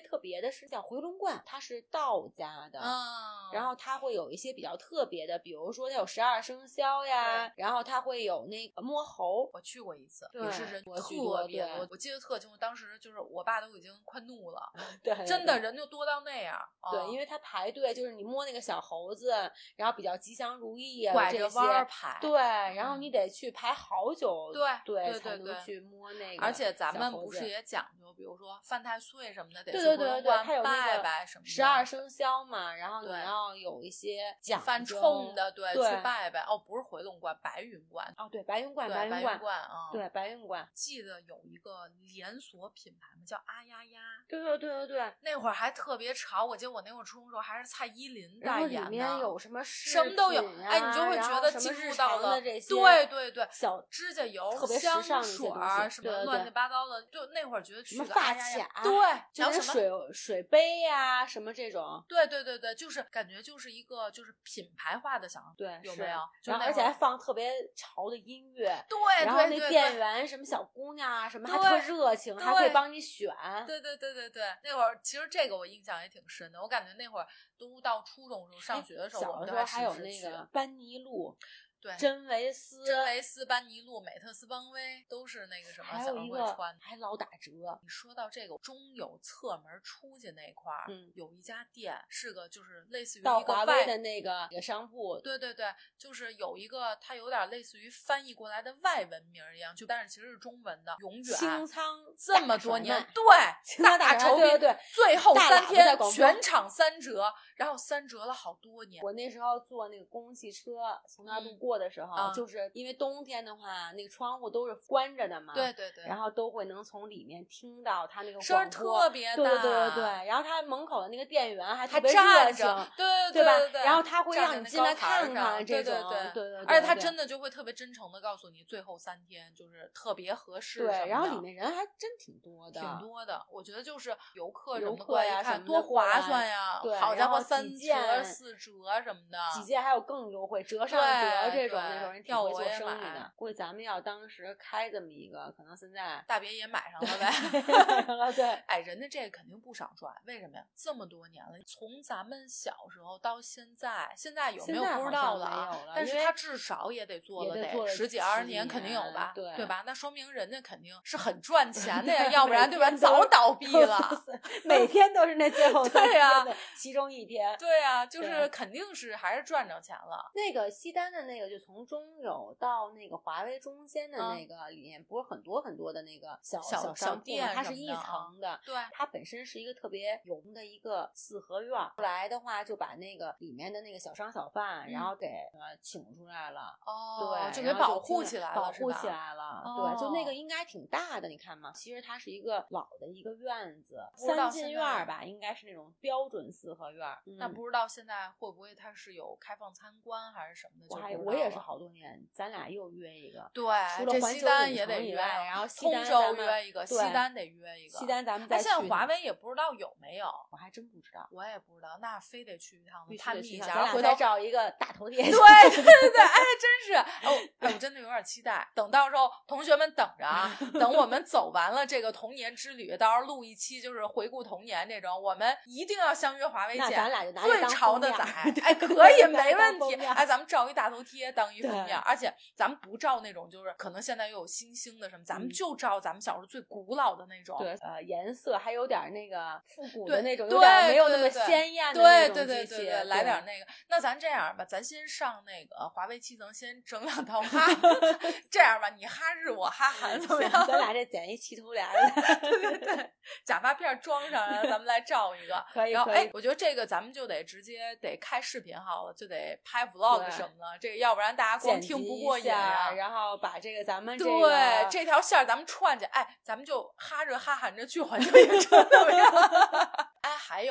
特别的是叫回龙观，它是道家的， 嗯， 然后它会有一些比较特别的，比如说它有十二生肖呀，然后它会有那个摸猴， 我去过一次， 对， 也是人特别多，我记得特清楚，当时就是我爸都已经快怒了， 对， 真的人就多到那样， 对，哦、因为他排队，就是你摸那个小猴子，然后比较吉祥如意啊， 拐着弯排， 对，然后你得去排好久， 对对对才能去摸那个， 而且咱们不是也讲究，比如说犯太岁什么的，得对对对对，它有拜拜什么的， 十二生肖嘛，然后你要有一些讲究， 犯冲的，对， 对去拜拜。哦，不是回龙观，白云观。 哦，对，白云观， 白云观啊， 对，白云观。 记得有一个连锁品牌嘛，叫阿丫丫。 对对对对对， 那会儿还特别潮，我记得我那会儿初中的时候还是蔡依林代言的， 里面有什么什么都有，哎，你就会觉得进入到了这些， 对对对， 小指甲油、 特别香时尚水什么对对对乱七八糟的，就那会儿觉得去什么发卡， 对， 然后什么水水杯呀、啊，什么这种， 对对对对，就是感觉就是一个就是品牌化的想法， 对， 有没有？ 然后而且还放特别潮的音乐， 对， 然后那店员什么小姑娘啊什么还特热情，还会帮你选， 对对对对对，那会儿其实这个我印象也挺深的，我感觉那会儿都到初中时候上学的时候， 小的时候还有那个班尼路。 对， 真维斯、 真维斯、班尼路、美特斯邦威都是那个什么小孩会穿， 还老打折。 你说到这个中有侧门出去那块儿， 嗯， 有一家店是个就是类似于到一个华为的那个商铺， 对对对，就是有一个它有点类似于翻译过来的外文名一样，就但是其实是中文的，永远清仓这么多年， 对， 大酬宾， 对对， 最后三天全场三折，然后三折了好多年。 我那时候坐那个公共汽车从那儿路过的时候， 嗯、 就是因为冬天的话，那个窗户都是关着的嘛， 对对对， 然后都会能从里面听到他那个声特别大， 对对对对，然后他门口的那个店员还特别热情， 对对吧？ 对对， 然后他会让你进来看看这种， 对对对对， 而且他真的就会特别真诚的告诉你，最后三天就是特别合适， 对，然后里面人还真挺多的， 挺多的。我觉得就是游客游客呀什么多划算呀， 对， 好家伙，三折四折什么的， 几件还有更优惠，折上折这种那种人挺会做生意的。估计咱们要当时开这么一个，可能现在大别也买上了呗。 买上了，对， 哎，人家这个肯定不少赚，为什么呀？这么多年了，从咱们小时候到现在，现在有没有不知道了啊？ 了但是他至少也得做了得十几二十年，肯定有吧？ 对对吧？那说明人家肯定是很赚钱的呀，要不然对吧？早倒闭了， 每天都是那最后对呀， 其中一天， 对呀，就是肯定是还是赚着钱了。 那个西单的那个，就从中友到那个华为中间的那个里面，不是很多很多的那个小小小店， 它是一层的， 对， 它本身是一个特别融的一个四合院。后来的话，就把那个里面的那个小商小贩，然后给呃请出来了， 哦， 对， 就给保护起来了， 保护起来了，对，就那个应该挺大的，你看嘛，其实它是一个老的一个院子，三进院吧，应该是那种标准四合院。 那不知道现在会不会它是有开放参观还是什么的？ 我还我也是好多年，咱俩又约一个， 对， 除了环球影城以外，然后通州约一个，西单得约一个， 西单咱们再去。 现在华为也不知道有没有， 我还真不知道， 我也不知道，那非得去一趟探秘一下， 下，回头找一个大头贴。 对对对对，哎，真是，哦，哎，我真的有点期待。等到时候同学们等着啊，等我们走完了这个童年之旅，到时候录一期就是回顾童年这种，我们一定要相约华为见。 咱俩就拿最潮的仔，哎，可以没问题。哎，咱们照一大头贴当一封面，而且咱们不照那种就是可能现在又有新兴的什么，咱们就照咱们小时候最古老的那种。 对，呃，颜色还有点那个复古的那种， 对， 没有那么鲜艳的那种机器。对对对对对，来点那个。那咱这样吧，咱先上那个华为七层，先整两套哈。这样吧，你哈日我哈韩，怎么样？ 咱俩这剪一齐头帘对对对，假发片装上，然后咱们来照一个。 可以。 然后哎，我觉得这个咱们就得直接得开视频好了，就得拍 vlog 什么的。这个要不然大家光听不过瘾啊。 然后把这个咱们这个对这条线咱们串起，哎，咱们就哈着哈喊着去环球影城怎么样？哎，还有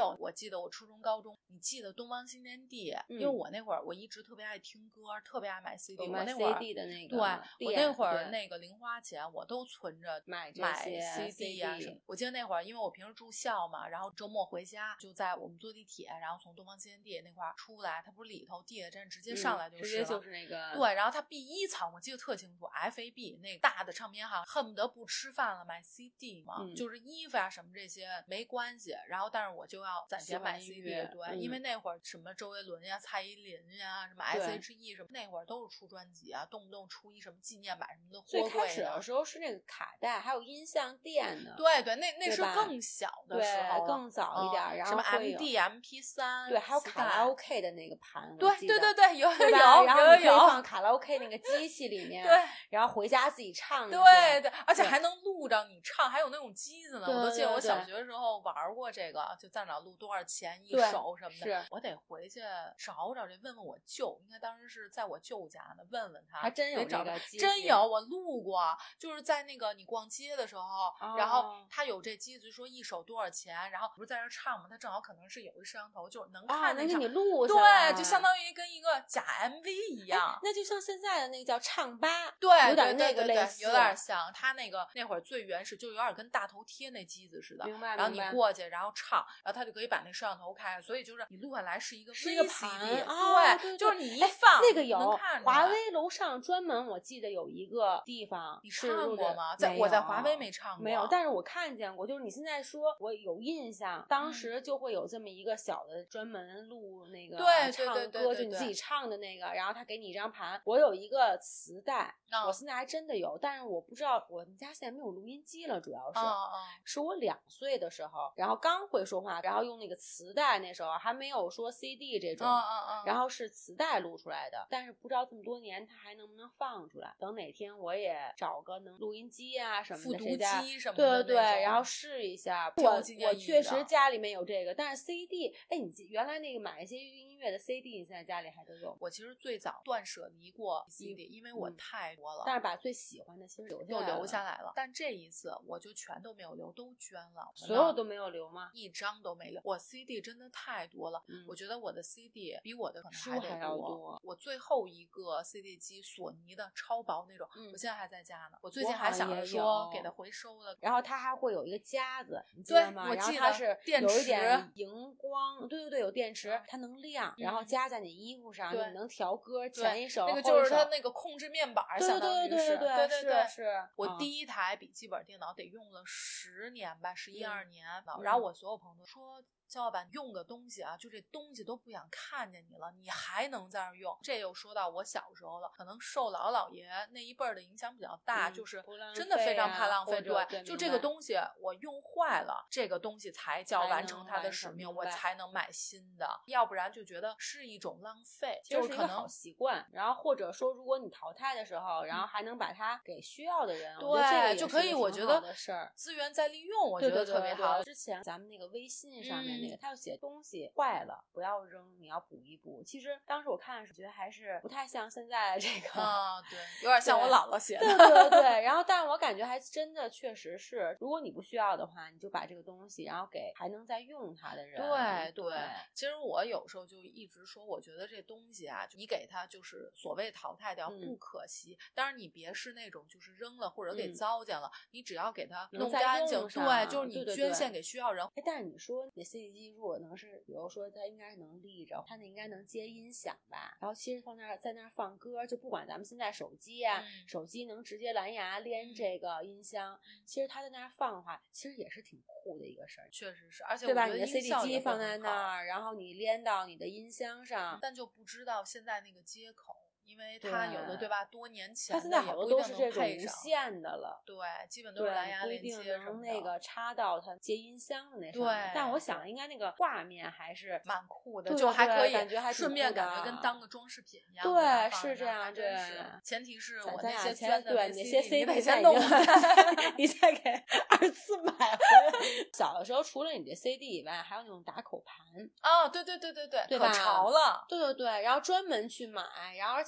有我记得我初中高中，你记得东方新天地、嗯、因为我那会儿我一直特别爱听歌，特别爱买 C D， 我那会儿 C D 的那个， 对，我那会儿那个零花钱我都存着买买 C D 啊什么。我记得那会儿因为我平时住校嘛，然后周末回家就在我们坐地铁，然后从东方新天地那块儿出来，它不是里头地铁站直接上来就是了、嗯、 直接就是那个对，然后它 B 一层我记得特清楚 F A B 那个大的唱片行，恨不得不吃饭了买 C D 嘛、嗯、就是衣服啊什么这些没关系，然后但是我就要攒钱买 C D， 对、嗯、因为那会儿什么周杰伦呀、蔡依林呀、什么 S H E 什么，那会儿都是出专辑啊，动不动出一什么纪念版什么的， 最开始的时候是那个卡带还有音像店的， 对对，那那是更小的时候， 更早一点、嗯、然后什么 M D M P 三， 对，还有卡拉 OK 的那个盘， 对对对对，有有有， 然后你可以放卡拉 OK 那个机器里面， 对， 然后回家自己唱， 对对，而且还能录着你唱，还有那种机子呢，我都记得我小学的时候玩过这个，就在哪录多少钱一首什么的，我得回去找找这，问问我舅，应该当时是在我舅家呢，问问他， 还真有这个机子， 真有，我录过，就是在那个你逛街的时候，哦、然后他有这机子，说一首多少钱，然后不是在这唱吗？他正好可能是有一摄像头，就是能看那、 哦、能给你录下来，对，就相当于跟一个假 M V 一样， 那就像现在的那个叫唱吧， 对， 有点那个类似， 有点像他那个那会儿最原始，就有点跟大头贴那机子似的， 明白？ 然后你过去，然后唱，然后他就可以把那摄像头开，所以就是你录下来是一个 V C D， 哦、 对，就是你一放， 那个有能看华为楼上专门我记得有一个地方， 你唱过吗？在我在华为没唱过， 没有，但是我看见过，就是你现在说我有印象，当时就会有这么一个小的专门录那个对唱歌， 对对对对对就你自己唱的那个，然后他给你一张盘，我有一个磁带， 哦、 我现在还真的有，但是我不知道我们家现在没有录音机了，主要是， 哦哦、 是我两岁的时候，然后刚会说话，然后用那个磁带，那时候还没有说 C D 这种， 哦哦哦、 然后是磁带录出来的，但是不知道这么多年它还能不能放出来，等哪天我也找个能录音机啊什么的， 复读机什么的，对对对，然后试一下。我我确实家里面有这个，但是 C D， 哎，你原来那个买一些音乐的 C D， 你现在家里还都有？ 我其实最早断舍离过 C D，、嗯、因为我太多了、 嗯，但是把最喜欢的其实留下来了， 又留下来了。但这一次我就全都没有留，都捐了。 所有都没有留吗？ 一张都没留。我 C D 真的太多了，嗯、我觉得我的 C D 比我的可能还得多, 还要多。 我最后一个 C D 机，索尼的超薄那种、嗯，我现在还在家呢。我最近还想着说给它回收了。 然后它还会有一个夹子，你记得吗？ 对，我记得然后它是有一点电荧光，对对对，有电池，它能亮， 嗯、 然后夹在你衣服上， 你能调歌，前一首那个就是它那个控制面板，相当于是， 对对对对对对， 是是。 我第一台笔记本电脑得用了十年吧，十一二年， 嗯、 然后我所有朋友都说。肖老板用个东西啊，就这东西都不想看见你了，你还能在那儿用。这又说到我小时候了，可能受姥姥姥爷那一辈儿的影响比较大， 嗯、 就是真的非常怕浪费。 对， 对就这个东西我用坏了，这个东西才叫完成它的使命，我才能买新的，要不然就觉得是一种浪费， 就是可能好习惯。然后或者说，如果你淘汰的时候，然后还能把它给需要的人， 对， 我觉得这个就可以。我觉得事儿资源再利用，我觉得特别好。 之前咱们那个微信上面。那个他要写东西坏了不要扔，你要补一补。其实当时我看的时候觉得还是不太像现在这个啊，对，有点像我姥姥写的。 对对对，然后但是我感觉还真的确实是，如果你不需要的话，你就把这个东西然后给还能再用它的人。 对对, 对， 其实我有时候就一直说，我觉得这东西啊，你给它就是所谓淘汰掉不可惜。 嗯、 当然你别是那种就是扔了或者给糟践了， 嗯、 你只要给它弄干净，对，就是你捐献给需要人。 哎，但是你说你 C D 机如果能是。比如说它应该是能立着，它那应该能接音响吧，然后其实放那儿在那儿放歌，就不管咱们现在手机啊、 嗯、 手机能直接蓝牙连这个音箱、嗯、其实它在那儿放的话其实也是挺酷的一个事儿。 确实是，而且对吧，你的 C D 机放在那儿，然后你连到你的音箱上， 但就不知道现在那个接口，因为它有的 对, 对吧，多年前它现在好多都是这种无线的了， 对，基本都是蓝牙连接， 不一定能那个插到它接音箱的那上面。对， 但我想应该那个画面还是蛮酷的， 对对对， 就还可以感觉还顺便感觉跟当个装饰品一样。 对，是这样，对。 前提是我那些捐的对那些 C D 先弄你再给二次买回来。小的时候除了你的 C D 以外，还有那种打口盘。 哦，对对对对对， 对吧？ 可潮了。 对对对，然后专门去买，然后而且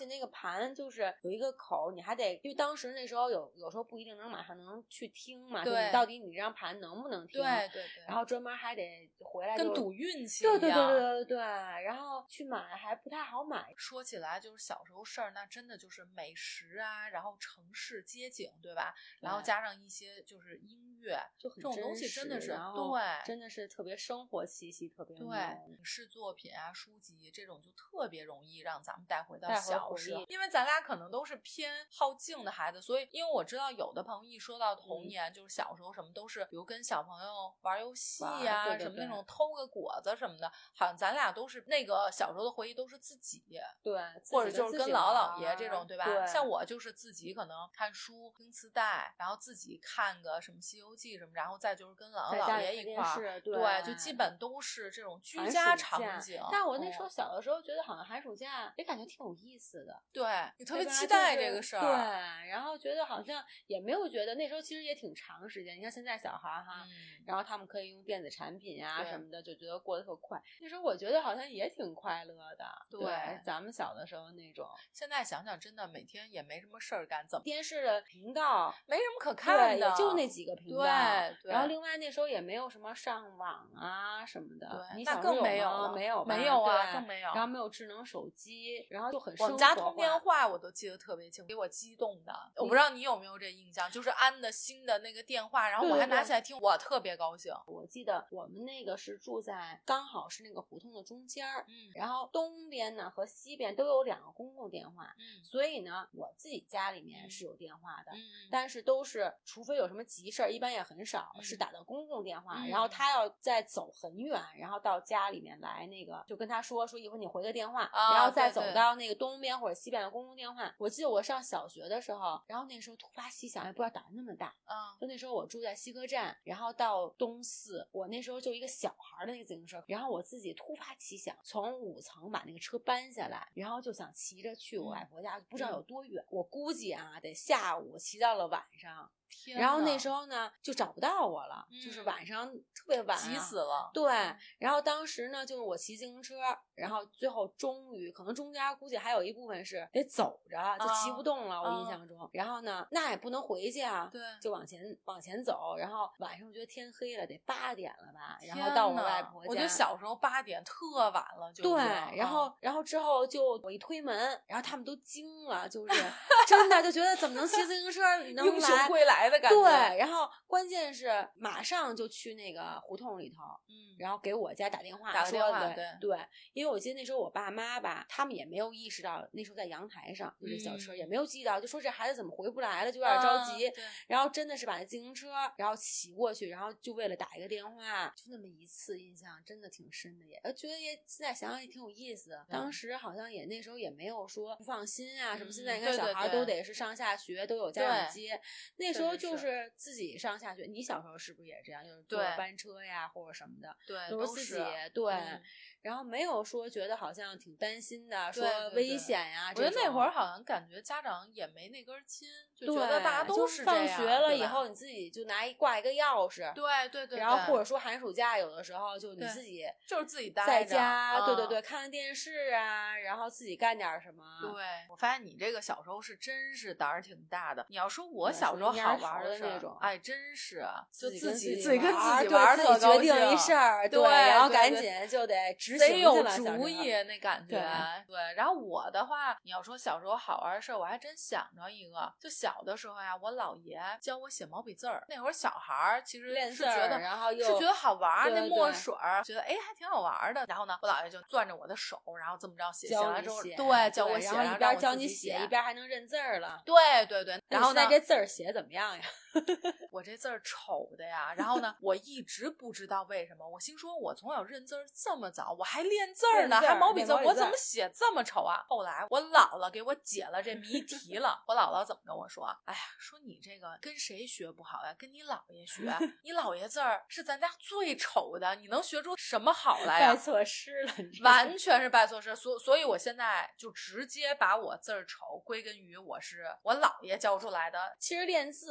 那个盘就是有一个口，你还得，因为当时那时候有有时候不一定能马上能去听嘛， 对， 就你到底你这张盘能不能听？ 对对对。 然后专门还得回来跟赌运气一样。 对对对对对对。然后去买还不太好买。 说起来就是小时候事儿，那真的就是美食啊，然后城市街景，对吧？然后加上一些就是音乐， 就很这种东西真的是对，真的是特别生活气息，特别对。影视作品啊、书籍这种就特别容易让咱们带回到小时候，因为咱俩可能都是偏好静的孩子，所以因为我知道有的朋友一说到童年，嗯、就是小时候什么都是，比如跟小朋友玩游戏呀、啊， 对对对什么那种偷个果子什么的，好像咱俩都是那个小时候的回忆都是自己， 对， 或者就是跟姥姥姥爷这种，对吧？ 对， 像我就是自己可能看书、听磁带，然后自己看个什么《西游记》什么，然后再就是跟姥姥姥爷一块儿， 对， 对，就基本都是这种居家场景。 但我那时候小的时候觉得好像寒暑假也感觉挺有意思的， 对，你特别期待这个事儿， 对，然后觉得好像也没有觉得那时候其实也挺长时间。你看现在小孩哈，嗯、然后他们可以用电子产品啊什么的，就觉得过得特快。那时候我觉得好像也挺快乐的，对，对咱们小的时候那种。 现在想想，真的每天也没什么事儿干，怎么电视的频道没什么可看的， 就那几个频道。 对，对然后另外那时候也没有什么上网啊什么的， 对， 你那更没有， 没有， 没有啊，更没有。 然后没有智能手机，然后就很我们家通电话我都记得特别清，给我激动的。我不知道你有没有这印象，就是安的新的那个电话，然后我还拿起来听，我特别高兴。 我记得我们那个是住在刚好是那个胡同的中间， 嗯， 然后东边呢和西边都有两个公共电话， 嗯， 所以呢我自己家里面是有电话的， 嗯， 但是都是除非有什么急事儿，一般也很少、 嗯、 是打到公共电话、 嗯， 然后他要再走很远，然后到家里面来那个就跟他说说一会儿你回个电话、 啊、 然后再走到那个东边或者西边的公共电话。我记得我上小学的时候，然后那时候突发奇想，也不知道胆那么大， 啊、 就那时候我住在西客站，然后到东四，我那时候就一个小孩的那个自行车，然后我自己突发奇想从五层把那个车搬下来，然后就想骑着去我外婆家，不知道有多远、嗯、我估计啊得下午骑到了晚上，然后那时候呢就找不到我了、嗯、就是晚上特别晚、啊、 急死了。 对，然后当时呢就是我骑自行车，然后最后终于可能中间估计还有一部分是得走着就骑不动了、啊、我印象中、啊、然后呢那也不能回去啊， 对， 就往前往前走，然后晚上我觉得天黑了得八点了吧，然后到我外婆家。 我觉得小时候八点特晚了就， 对，然后、嗯、然后之后就我一推门，然后他们都惊了，就是真的就觉得怎么能骑自行车你能来英雄归来的感觉。 对，然后关键是马上就去那个胡同里头， 嗯， 然后给我家打电话， 打电话， 对 对, 对，因为我记得那时候我爸妈吧，他们也没有意识到，那时候在阳台上就这小车、嗯、也没有记到，就说这孩子怎么回不来了，就有点着急、 啊、 然后真的是把那自行车然后骑过去，然后就为了打一个电话，就那么一次印象真的挺深的，也觉得也现在想想也挺有意思的、嗯、当时好像也那时候也没有说不放心啊、嗯、什么，现在你看小孩都得是上下学都有家长接，那时候就是自己上下学。你小时候是不是也这样，就是坐班车呀或者什么的， 对， 都是自己，对、嗯，然后没有说觉得好像挺担心的，说危险呀。 我觉得那会儿好像感觉家长也没那根筋，就觉得大家都是这样， 放学了以后你自己就拿一挂一个钥匙， 对对 对, 对， 然后或者说寒暑假有的时候就你自己就是自己待在家、 嗯、 对对对，看看电视啊，然后自己干点什么。 对，我发现你这个小时候是真是胆儿挺大的。你要说我小时候好玩的那种， 哎，真是就自己自己跟自己玩， 自己决定一事儿， 对， 然后赶紧就得执行去了， 贼有主意那感觉。对，对。然后我的话，你要说小时候好玩的事儿，我还真想着一个。就小的时候呀，我姥爷教我写毛笔字儿。那会儿小孩儿其实是觉得， 然后又是觉得好玩， 对对那墨水儿觉得哎还挺好玩的。然后呢，我姥爷就攥着我的手，然后这么着写，写完之后，对，教我写， 然后一边教你写，一边还能认字儿了。 对对对。然后呢， 这字儿写怎么样呀？ 我这字儿丑的呀，然后呢，我一直不知道为什么，我心说我从小认字儿这么早，我还练字儿呢，还毛笔字，我怎么写这么丑啊？后来我姥姥给我解了这谜题了，我姥姥怎么跟我说？哎呀，说你这个跟谁学不好呀？跟你姥爷学，你姥爷字儿是咱家最丑的，你能学出什么好来呀？ 拜错师了， 完全是拜错师，所所以我现在就直接把我字儿丑归根于我是我姥爷教出来的。 其实练字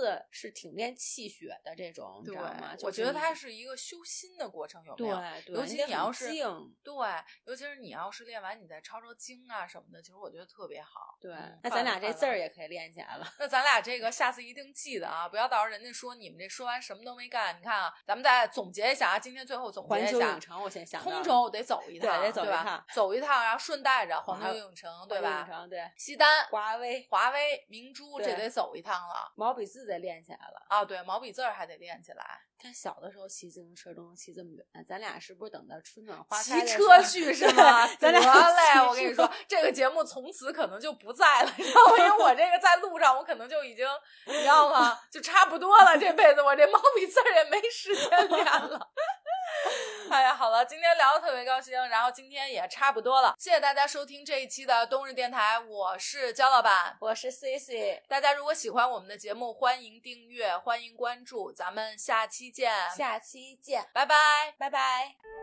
子是挺练气血的这种，你知道吗？ 我觉得它是一个修心的过程，有没有？ 对对， 尤其你要是对， 尤其是你要是练完你再抄抄经啊什么的，其实我觉得特别好。 对，那咱俩这字儿也可以练起来了。 那咱俩这个下次一定记得啊，不要到时候人家说你们这说完什么都没干。你看啊，咱们再总结一下啊，今天最后总结一下。 环球影城，我先想到通州得走一趟， 对，得走一趟，走一趟，然后顺带着环球影城，对吧？ 影城对， 西单、 华威、 华威、明珠，这得走一趟了。 毛笔字得练起来了啊，对，毛笔字还得练起来。 看小的时候骑自行车都能骑这么远，咱俩是不是等到春暖花开？ 骑车去是吗？ 咱俩嘞，我跟你说，这个节目从此可能就不在了，你知道吗？因为我这个在路上，我可能就已经，你知道吗？就差不多了，这辈子我这毛笔字也没时间练了。哎呀，好了，今天聊得特别高兴，然后今天也差不多了，谢谢大家收听这一期的冬日电台，我是焦老板， 我是 C C。 大家如果喜欢我们的节目，欢迎订阅，欢迎关注，咱们下期见， 下期见， 拜拜， 拜拜。